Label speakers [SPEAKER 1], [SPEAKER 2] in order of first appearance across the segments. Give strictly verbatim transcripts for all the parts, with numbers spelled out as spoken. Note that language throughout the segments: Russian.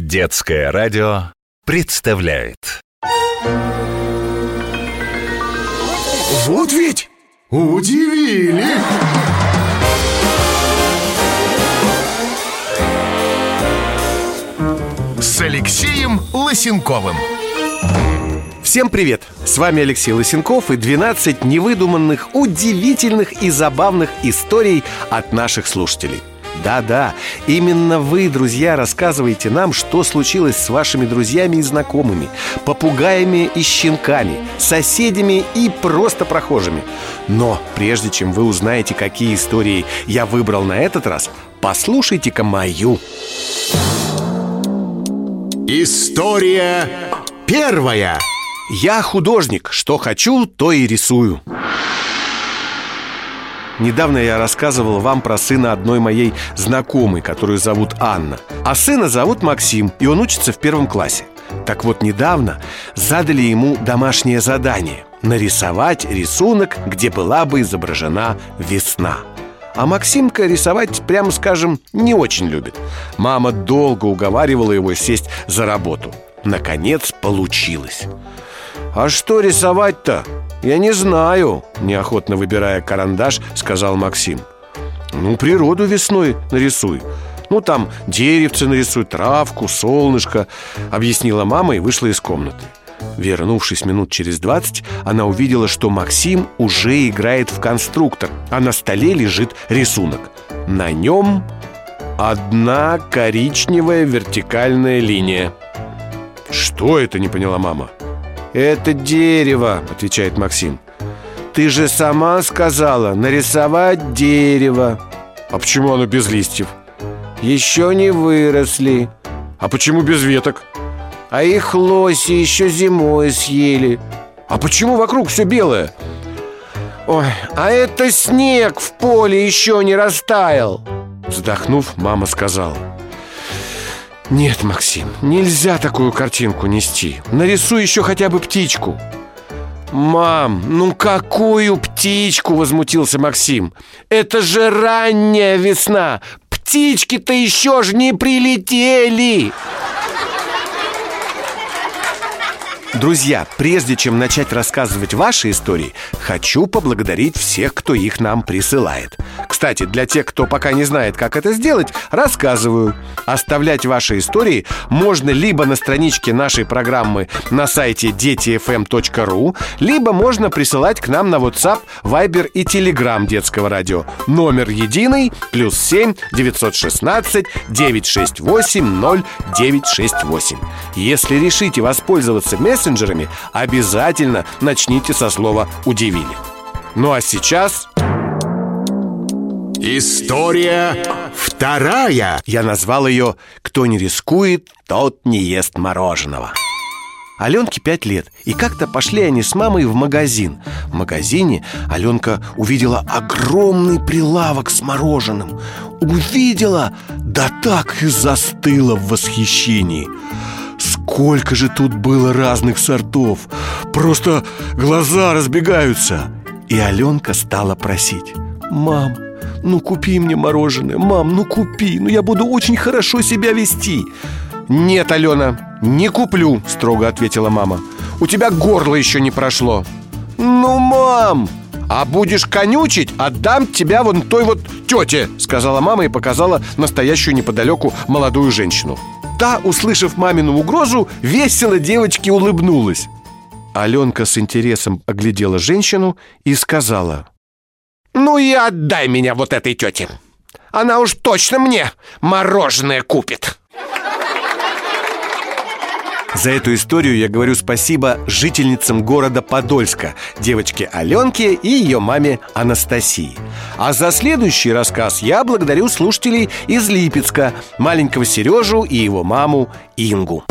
[SPEAKER 1] Детское радио представляет.
[SPEAKER 2] Вот ведь удивили! С Алексеем Лысенковым.
[SPEAKER 3] Всем привет! С вами Алексей Лысенков и двенадцать невыдуманных, удивительных и забавных историй от наших слушателей. Да-да, именно вы, друзья, рассказываете нам, что случилось с вашими друзьями и знакомыми, попугаями и щенками, соседями и просто прохожими. Но прежде чем вы узнаете, какие истории я выбрал на этот раз, послушайте-ка мою.
[SPEAKER 2] История первая.
[SPEAKER 3] Я художник, что хочу, то и рисую. Недавно я рассказывал вам про сына одной моей знакомой, которую зовут Анна. А сына зовут Максим, и он учится в первом классе. Так вот, недавно задали ему домашнее задание – нарисовать рисунок, где была бы изображена весна. А Максимка рисовать, прямо скажем, не очень любит. Мама долго уговаривала его сесть за работу. Наконец получилось. «А что рисовать-то? Я не знаю», — неохотно выбирая карандаш, сказал Максим. «Ну, природу весной нарисуй. Ну, там деревце нарисуй, травку, солнышко», — объяснила мама и вышла из комнаты. Вернувшись минут через двадцать, она увидела, что Максим уже играет в конструктор, а на столе лежит рисунок. На нем одна коричневая вертикальная линия. «Что это?» — не поняла мама. «Это дерево», — отвечает Максим. «Ты же сама сказала нарисовать дерево». «А почему оно без листьев?» «Еще не выросли». «А почему без веток?» «А их лоси еще зимой съели». «А почему вокруг все белое?» «Ой, а это снег в поле еще не растаял». Вздохнув, мама сказала: «Нет, Максим, нельзя такую картинку нести. Нарисуй еще хотя бы птичку». «Мам, ну какую птичку?» — возмутился Максим. «Это же ранняя весна. Птички-то еще ж не прилетели». Друзья, прежде чем начать рассказывать ваши истории, хочу поблагодарить всех, кто их нам присылает. Кстати, для тех, кто пока не знает, как это сделать, рассказываю. Оставлять ваши истории можно либо на страничке нашей программы на сайте дети эф эм точка ру, либо можно присылать к нам на WhatsApp, Viber и Telegram Детского радио. Номер единый, плюс семь девятьсот шестнадцать девятьсот шестьдесят восемь ноль девять шесть восемь. Если решите воспользоваться мессенджерами, обязательно начните со слова «удивили». Ну а сейчас...
[SPEAKER 2] История вторая.
[SPEAKER 3] Я назвал ее «Кто не рискует, тот не ест мороженого». Аленке пять лет, и как-то пошли они с мамой в магазин. В магазине Аленка увидела огромный прилавок с мороженым. Увидела, да так и застыла в восхищении. Сколько же тут было разных сортов! Просто глаза разбегаются. И Аленка стала просить: «Мам, ну купи мне мороженое, мам, ну купи, ну я буду очень хорошо себя вести». «Нет, Алена, не куплю», — строго ответила мама. «У тебя горло еще не прошло». «Ну, мам, а будешь конючить, отдам тебя вон той вот тете», — сказала мама и показала настоящую неподалеку молодую женщину. Та, услышав мамину угрозу, весело девочке улыбнулась. Аленка с интересом оглядела женщину и сказала: «Ну и отдай меня вот этой тете. Она уж точно мне мороженое купит». За эту историю я говорю спасибо жительницам города Подольска, девочке Аленке и ее маме Анастасии. А за следующий рассказ я благодарю слушателей из Липецка, маленького Сережу и его маму Ингу.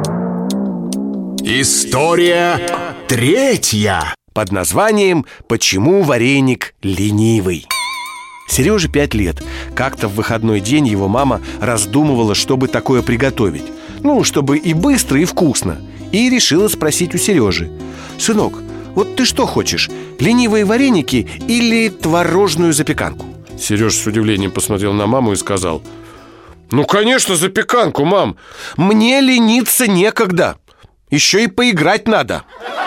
[SPEAKER 2] История третья.
[SPEAKER 3] Под названием «Почему вареник ленивый?». Сереже пять лет. Как-то в выходной день его мама раздумывала, чтобы такое приготовить. Ну, чтобы и быстро, и вкусно. И решила спросить у Сережи: «Сынок, вот ты что хочешь, ленивые вареники или творожную запеканку?» Сережа с удивлением посмотрел на маму и сказал: Ну, конечно, запеканку, мам. Мне лениться некогда. Еще и поиграть надо.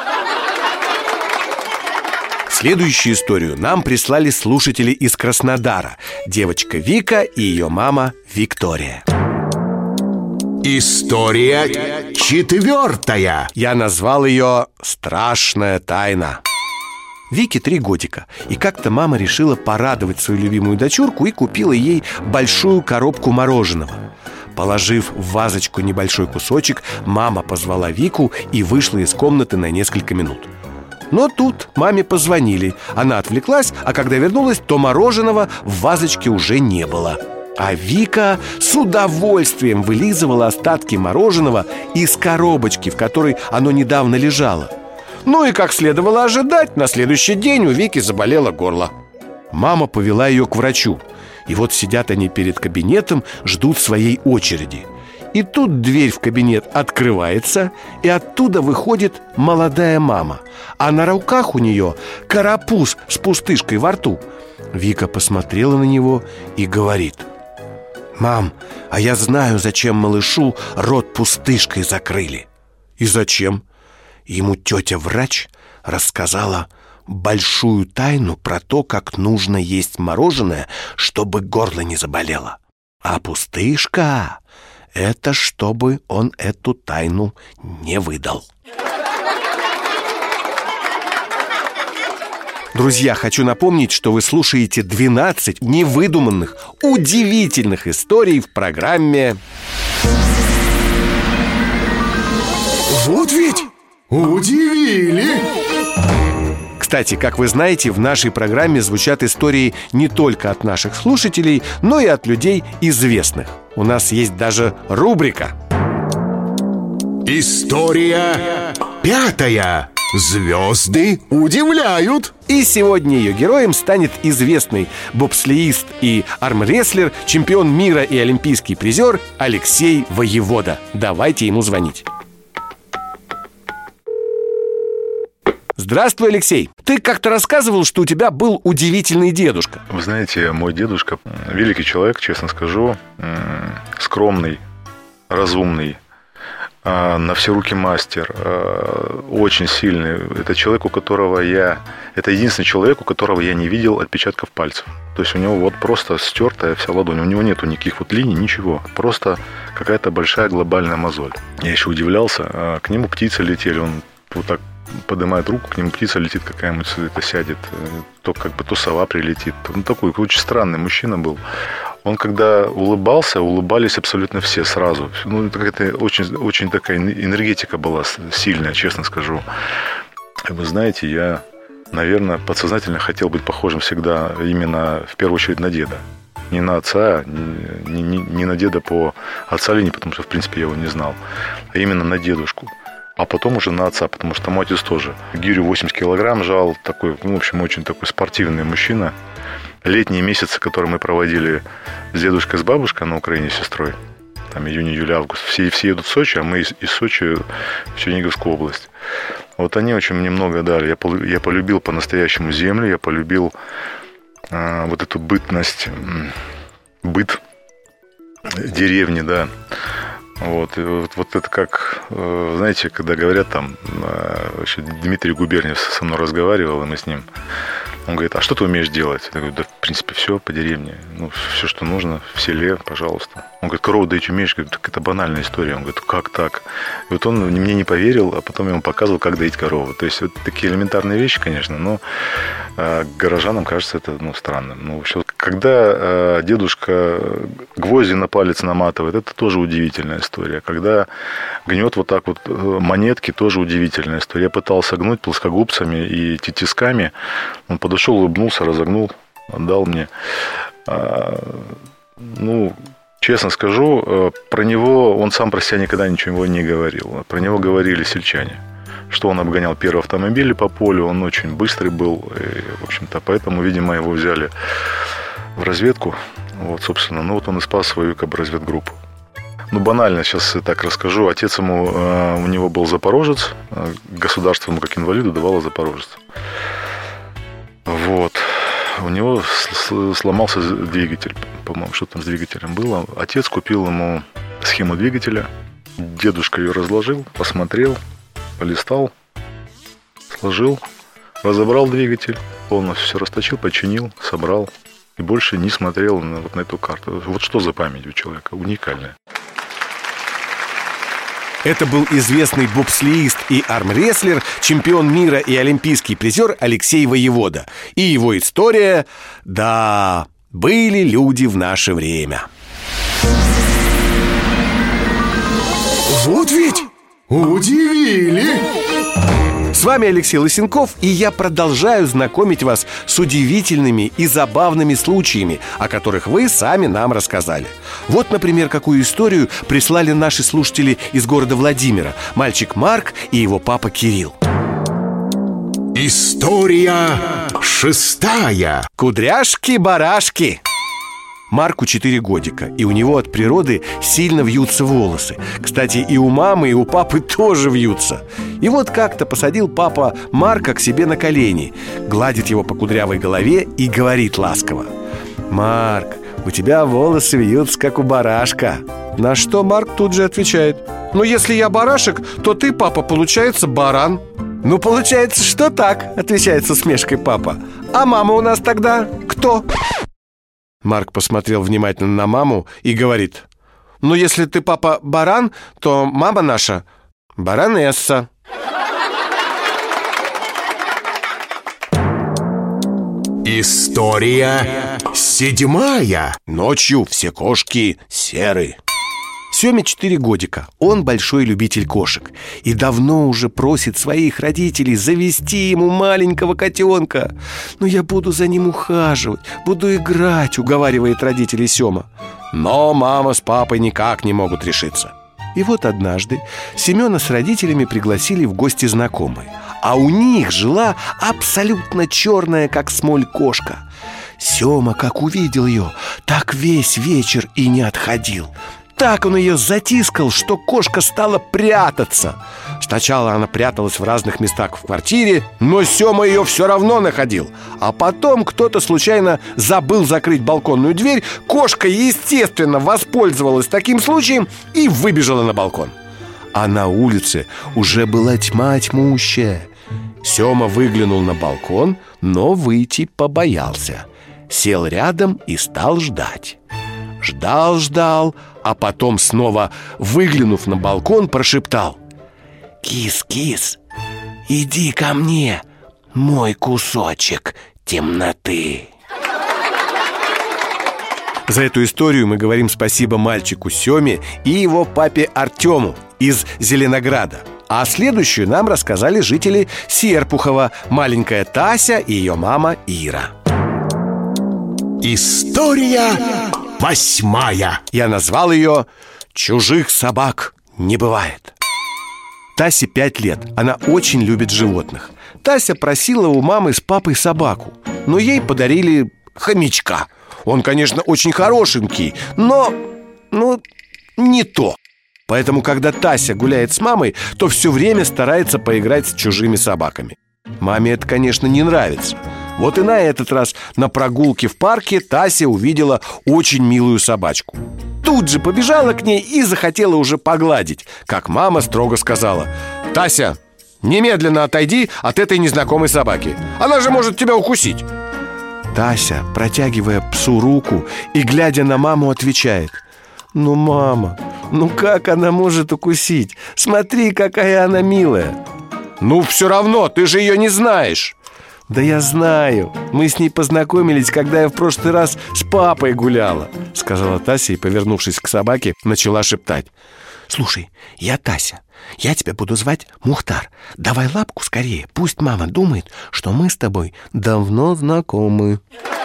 [SPEAKER 3] Следующую историю нам прислали слушатели из Краснодара. Девочка Вика и ее мама Виктория.
[SPEAKER 2] История четвертая.
[SPEAKER 3] Я назвал ее «Страшная тайна». Вике три годика, и как-то мама решила порадовать свою любимую дочурку и купила ей большую коробку мороженого. Положив в вазочку небольшой кусочек, мама позвала Вику и вышла из комнаты на несколько минут. Но тут маме позвонили. Она отвлеклась, а когда вернулась, то мороженого в вазочке уже не было. А Вика с удовольствием вылизывала остатки мороженого из коробочки, в которой оно недавно лежало. Ну и, как следовало ожидать, на следующий день у Вики заболело горло. Мама повела ее к врачу. И вот сидят они перед кабинетом, ждут своей очереди. И тут дверь в кабинет открывается, и оттуда выходит молодая мама. А на руках у нее карапуз с пустышкой во рту. Вика посмотрела на него и говорит: «Мам, а я знаю, зачем малышу рот пустышкой закрыли». «И зачем?» Ему тетя-врач рассказала большую тайну про то, как нужно есть мороженое, чтобы горло не заболело. А пустышка — это чтобы он эту тайну не выдал. Друзья, хочу напомнить, что вы слушаете двенадцать невыдуманных, удивительных историй в программе
[SPEAKER 2] Вот ведь удивили!
[SPEAKER 3] Кстати, как вы знаете, в нашей программе звучат истории не только от наших слушателей, но и от людей известных. У нас есть даже рубрика
[SPEAKER 2] История пятая. Звезды удивляют.
[SPEAKER 3] И сегодня ее героем станет известный бобслеист и армрестлер, чемпион мира и олимпийский призер Алексей Воевода. Давайте ему звонить. Здравствуй, Алексей. Ты как-то рассказывал, что у тебя был удивительный дедушка.
[SPEAKER 4] Вы знаете, мой дедушка великий человек, честно скажу, скромный, разумный, на все руки мастер, очень сильный. Это человек, у которого я... Это единственный человек, у которого я не видел отпечатков пальцев. То есть у него вот просто стертая вся ладонь. У него нету никаких вот линий, ничего. Просто какая-то большая глобальная мозоль. Я еще удивлялся. К нему птицы летели. Он вот так поднимает руку, к нему птица летит какая-нибудь, это сядет. То как бы то сова прилетит. Ну, такой очень странный мужчина был. Он когда улыбался, улыбались абсолютно все сразу. Ну, какая-то очень, очень такая энергетика была сильная, честно скажу. Вы знаете, я, наверное, подсознательно хотел быть похожим всегда именно, в первую очередь, на деда. Не на отца, не, не, не на деда по отца линии, потому что, в принципе, я его не знал, а именно на дедушку. А потом уже на отца, потому что мой отец тоже гирю восемьдесят килограмм жал, такой, ну, в общем, очень такой спортивный мучина. Летние месяцы, которые мы проводили с дедушкой, с бабушкой на Украине, с сестрой, там июнь, июль, август, все, все едут в Сочи, а мы из, из Сочи в Черниговскую область. Вот они очень мне много дали. Я, я полюбил по-настоящему землю, я полюбил а, вот эту бытность, быт деревни, да. Вот, вот, вот это как, знаете, когда говорят там, вообще Дмитрий Губерниев со мной разговаривал, и мы с ним, он говорит: а что ты умеешь делать? Я говорю: да, в принципе, все по деревне, ну, все, что нужно, в селе, пожалуйста. Он говорит: корову доить умеешь? Я говорю: так это банальная история. Он говорит: как так? И вот он мне не поверил, а потом я ему показывал, как доить корову. То есть, вот такие элементарные вещи, конечно, но а, горожанам кажется это, ну, странным. Ну, вообще, когда а, дедушка гвозди на палец наматывает, это тоже удивительная история. Когда гнет вот так вот монетки, тоже удивительная история. Я пытался гнуть плоскогубцами и тисками. Он подошел, улыбнулся, разогнул, отдал мне. А, ну, честно скажу, про него, он сам про себя никогда ничего не говорил. Про него говорили сельчане, что он обгонял первый автомобиль по полю, он очень быстрый был. И, в общем-то, поэтому, видимо, его взяли в разведку. Вот, собственно, ну вот он и спас свою как бы разведгруппу. Ну, банально сейчас так расскажу. Отец ему, у него был запорожец, государство ему как инвалиду давало запорожец. Вот. у него сломался двигатель. По-моему, что там с двигателем было. Отец купил ему схему двигателя. Дедушка ее разложил, посмотрел, полистал, сложил, разобрал двигатель, полностью все расточил, починил, собрал. И больше не смотрел на, вот на эту карту. Вот что за память у человека, уникальная.
[SPEAKER 3] Это был известный бобслеист и армрестлер, чемпион мира и олимпийский призер Алексей Воевода. И его история, да, были люди в наше время.
[SPEAKER 2] Вот ведь удивили!
[SPEAKER 3] С вами Алексей Лысенков, и я продолжаю знакомить вас с удивительными и забавными случаями, о которых вы сами нам рассказали. Вот, например, какую историю прислали наши слушатели из города Владимира. Мальчик Марк и его папа Кирилл.
[SPEAKER 2] История шестая.
[SPEAKER 3] Кудряшки-барашки. Марку четыре годика, и у него от природы сильно вьются волосы. Кстати, и у мамы, и у папы тоже вьются. И вот как-то посадил папа Марка к себе на колени, гладит его по кудрявой голове и говорит ласково: «Марк, у тебя волосы вьются, как у барашка». На что Марк тут же отвечает: «Ну, если я барашек, то ты, папа, получается, баран». «Ну, получается, что так», — отвечает с усмешкой папа. «А мама у нас тогда кто?» Марк посмотрел внимательно на маму и говорит: «Ну, если ты, папа, баран, то мама наша баронесса».
[SPEAKER 2] История седьмая.
[SPEAKER 3] Ночью все кошки серы. Семе четыре годика. Он большой любитель кошек и давно уже просит своих родителей завести ему маленького котенка. «Ну, я буду за ним ухаживать, буду играть», — уговаривает родителей Сема. Но мама с папой никак не могут решиться. И вот однажды Семена с родителями пригласили в гости знакомые, а у них жила абсолютно черная, как смоль, кошка. Сема, как увидел ее, так весь вечер и не отходил. Так он ее затискал, что кошка стала прятаться. Сначала она пряталась в разных местах в квартире, но Сема ее все равно находил. А потом кто-то случайно забыл закрыть балконную дверь. Кошка, естественно, воспользовалась таким случаем и выбежала на балкон. А на улице уже была тьма тьмущая. Сема выглянул на балкон, но выйти побоялся. Сел рядом и стал ждать. Ждал-ждал, а потом снова, выглянув на балкон, прошептал: «Кис-кис, иди ко мне, мой кусочек темноты». За эту историю мы говорим спасибо мальчику Семе и его папе Артему из Зеленограда. А следующую нам рассказали жители Серпухова, маленькая Тася и ее мама Ира.
[SPEAKER 2] История восьмая.
[SPEAKER 3] Я назвал ее «Чужих собак не бывает». Тасе пять лет, она очень любит животных. Тася просила у мамы с папой собаку, но ей подарили хомячка. Он, конечно, очень хорошенький, но, ну, не то. Поэтому, когда Тася гуляет с мамой, то все время старается поиграть с чужими собаками. Маме это, конечно, не нравится. Вот и на этот раз на прогулке в парке Тася увидела очень милую собачку. Тут же побежала к ней и захотела уже погладить, как мама строго сказала: «Тася, немедленно отойди от этой незнакомой собаки. Она же может тебя укусить». Тася, протягивая псу руку и глядя на маму, отвечает: «Ну, мама, ну как она может укусить? Смотри, какая она милая». «Ну, все равно, ты же ее не знаешь». «Да я знаю, мы с ней познакомились, когда я в прошлый раз с папой гуляла», — сказала Тася и, повернувшись к собаке, начала шептать: «Слушай, я Тася, я тебя буду звать Мухтар. Давай лапку скорее, пусть мама думает, что мы с тобой давно знакомы».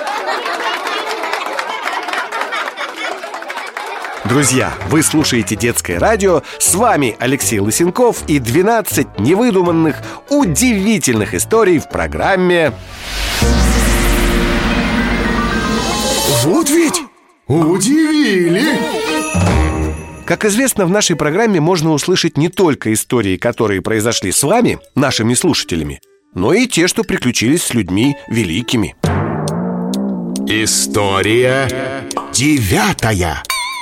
[SPEAKER 3] Друзья, вы слушаете Детское радио. С вами Алексей Лысенков и двенадцать невыдуманных, удивительных историй в программе
[SPEAKER 2] Вот ведь удивили!
[SPEAKER 3] Как известно, в нашей программе можно услышать не только истории, которые произошли с вами, нашими слушателями, но и те, что приключились с людьми великими.
[SPEAKER 2] История девятая.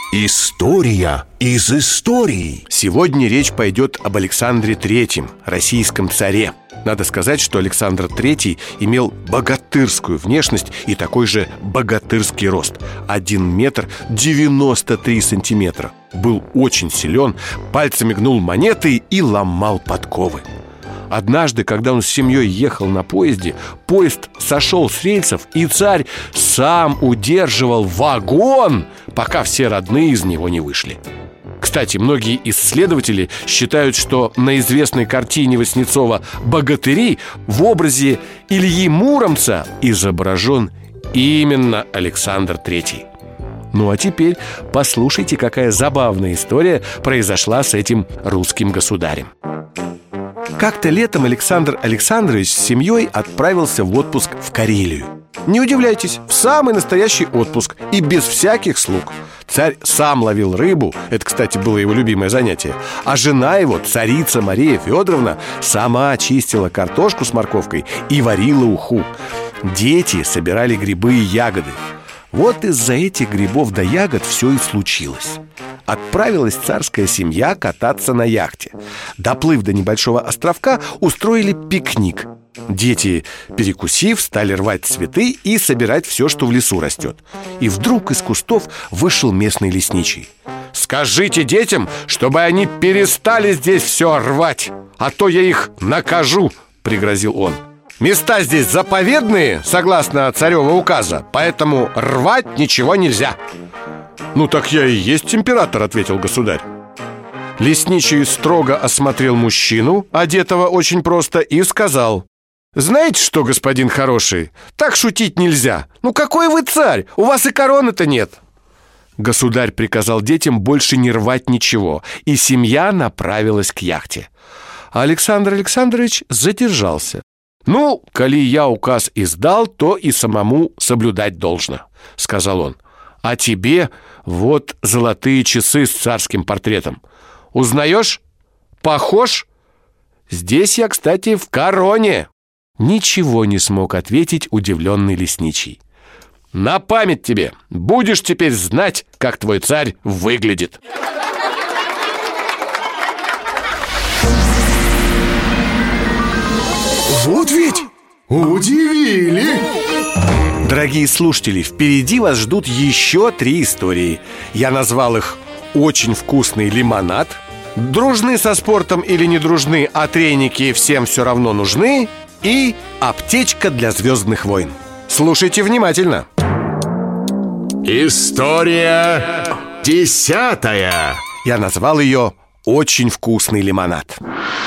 [SPEAKER 2] История из истории.
[SPEAKER 3] Сегодня речь пойдет об Александре Третьем, российском царе. Надо сказать, что Александр Третий имел богатырскую внешность и такой же богатырский рост – один метр девяносто три сантиметра. Был очень силен, пальцами гнул монеты и ломал подковы. Однажды, когда он с семьей ехал на поезде, поезд сошел с рельсов, и царь сам удерживал вагон, пока все родные из него не вышли. Кстати, многие исследователи считают, что на известной картине Васнецова «Богатыри» в образе Ильи Муромца изображен именно Александр Третий. Ну а теперь послушайте, какая забавная история произошла с этим русским государем. Как-то летом Александр Александрович с семьей отправился в отпуск в Карелию. Не удивляйтесь, в самый настоящий отпуск и без всяких слуг. Царь сам ловил рыбу, это, кстати, было его любимое занятие. А жена его, царица Мария Федоровна, сама чистила картошку с морковкой и варила уху. Дети собирали грибы и ягоды. Вот из-за этих грибов да ягод все и случилось. Отправилась царская семья кататься на яхте. Доплыв до небольшого островка, устроили пикник. Дети, перекусив, стали рвать цветы и собирать все, что в лесу растет. И вдруг из кустов вышел местный лесничий. «Скажите детям, чтобы они перестали здесь все рвать, а то я их накажу», — пригрозил он. «Места здесь заповедные, согласно царева указа, поэтому рвать ничего нельзя». «Ну так я и есть император», — ответил государь. Лесничий строго осмотрел мужчину, одетого очень просто, и сказал: «Знаете что, господин хороший, так шутить нельзя. Ну какой вы царь? У вас и короны-то нет». Государь приказал детям больше не рвать ничего, и семья направилась к яхте. А Александр Александрович задержался. «Ну, коли я указ издал, то и самому соблюдать должно», — сказал он. «А тебе вот золотые часы с царским портретом. Узнаешь? Похож? Здесь я, кстати, в короне». Ничего не смог ответить удивленный лесничий. «На память тебе! Будешь теперь знать, как твой царь выглядит!»
[SPEAKER 2] Вот ведь удивили!
[SPEAKER 3] Дорогие слушатели, впереди вас ждут еще три истории. Я назвал их «Очень вкусный лимонад», «Дружны со спортом или не дружны, а треники всем все равно нужны» и «Аптечка для звездных войн». Слушайте внимательно.
[SPEAKER 2] История десятая.
[SPEAKER 3] Я назвал ее «Очень вкусный лимонад».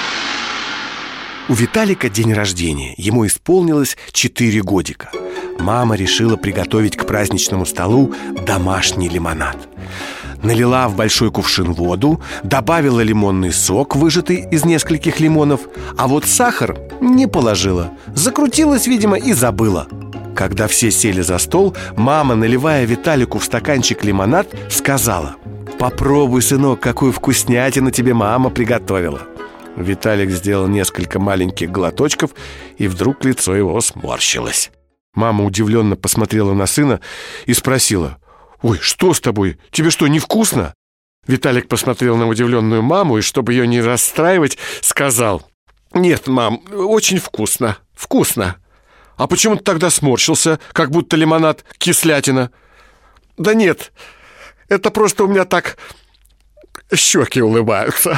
[SPEAKER 3] У Виталика день рождения. Ему исполнилось четыре годика. Мама решила приготовить к праздничному столу домашний лимонад. Налила в большой кувшин воду, добавила лимонный сок, выжатый из нескольких лимонов, а вот сахар не положила. Закрутилась, видимо, и забыла. Когда все сели за стол, мама, наливая Виталику в стаканчик лимонад, сказала: «Попробуй, сынок, какую вкуснятину тебе мама приготовила». Виталик сделал несколько маленьких глоточков, и вдруг лицо его сморщилось. Мама удивленно посмотрела на сына и спросила: «Ой, что с тобой? Тебе что, невкусно?» Виталик посмотрел на удивленную маму и, чтобы ее не расстраивать, сказал: «Нет, мам, очень вкусно, вкусно». «А почему ты тогда сморщился, как будто лимонад кислятина?» «Да нет, это просто у меня так щеки улыбаются».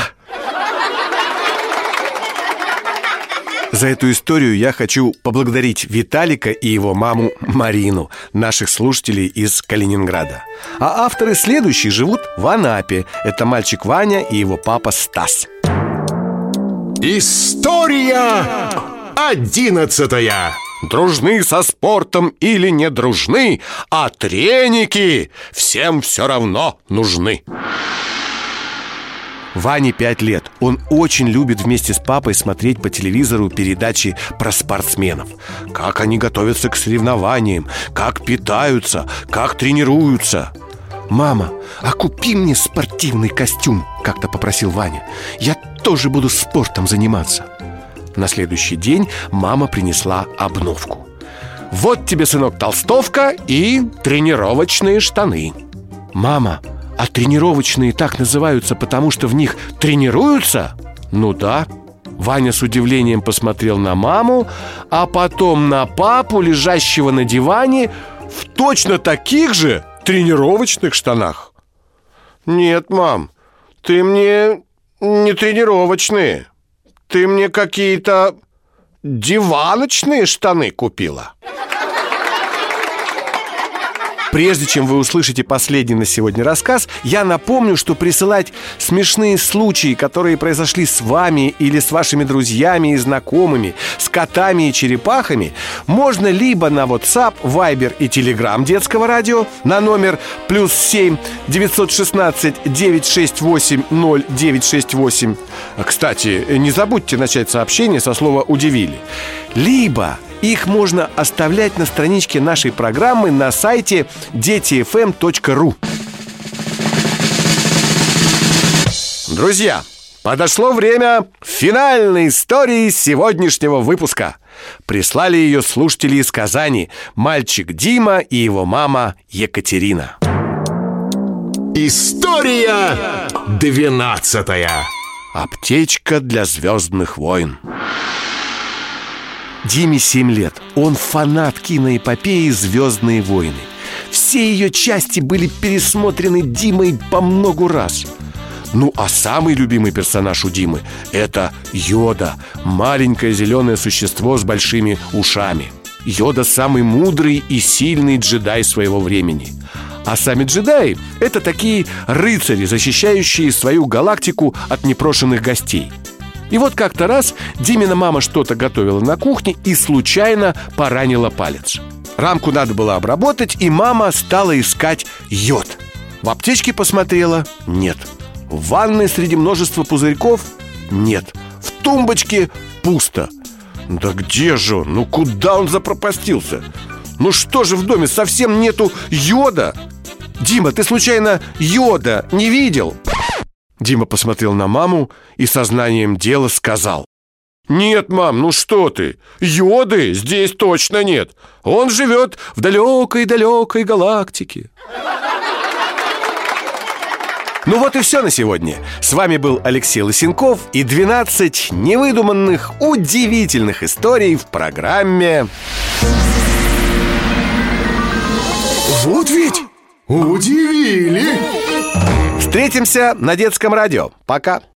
[SPEAKER 3] За эту историю я хочу поблагодарить Виталика и его маму Марину, наших слушателей из Калининграда. А авторы следующие живут в Анапе. Это мальчик Ваня и его папа Стас.
[SPEAKER 2] История одиннадцатая.
[SPEAKER 3] Дружны со спортом или не дружны, а треники всем все равно нужны. Ване пять лет. Он очень любит вместе с папой смотреть по телевизору передачи про спортсменов. Как они готовятся к соревнованиям, как питаются, как тренируются. «Мама, а купи мне спортивный костюм», — как-то попросил Ваня. «Я тоже буду спортом заниматься». На следующий день мама принесла обновку. Вот тебе, сынок, толстовка и тренировочные штаны. Мама, а тренировочные так называются, потому что в них тренируются? Ну да. Ваня с удивлением посмотрел на маму, а потом на папу, лежащего на диване в точно таких же тренировочных штанах. Нет, мам, ты мне не тренировочные. Ты мне какие-то диваночные штаны купила. Прежде чем вы услышите последний на сегодня рассказ, я напомню, что присылать смешные случаи, которые произошли с вами или с вашими друзьями и знакомыми, с котами и черепахами, можно либо на WhatsApp, Viber и Telegram детского радио на номер плюс семь девятьсот шестнадцать девятьсот шестьдесят восемь ноль девятьсот шестьдесят восемь. Кстати, не забудьте начать сообщение со слова «удивили». Либо их можно оставлять на страничке нашей программы на сайте дети эф эм точка ру. Друзья, подошло время финальной истории сегодняшнего выпуска. Прислали ее слушатели из Казани, мальчик Дима и его мама Екатерина.
[SPEAKER 2] История двенадцатая.
[SPEAKER 3] Аптечка для звездных войн. Диме семь лет. Он фанат киноэпопеи «Звездные войны». Все ее части были пересмотрены Димой по многу раз. Ну, а самый любимый персонаж у Димы – это Йода, маленькое зеленое существо с большими ушами. Йода – самый мудрый и сильный джедай своего времени. А сами джедаи – это такие рыцари, защищающие свою галактику от непрошенных гостей. И вот как-то раз Димина мама что-то готовила на кухне и случайно поранила палец. Рамку надо было обработать, и мама стала искать йод. В аптечке посмотрела – нет. В ванной среди множества пузырьков – нет. В тумбочке – пусто. Да где же он? Ну куда он запропастился? Ну что же в доме совсем нету йода? Дима, ты случайно йода не видел? Дима посмотрел на маму и сознанием дела сказал: «Нет, мам, ну что ты, йоды здесь точно нет. Он живет в далекой-далекой галактике». Ну вот и все на сегодня. С вами был Алексей Лысенков и двенадцать невыдуманных, удивительных историй в программе
[SPEAKER 2] Вот ведь удивили!
[SPEAKER 3] «Встретимся на детском радио». Пока.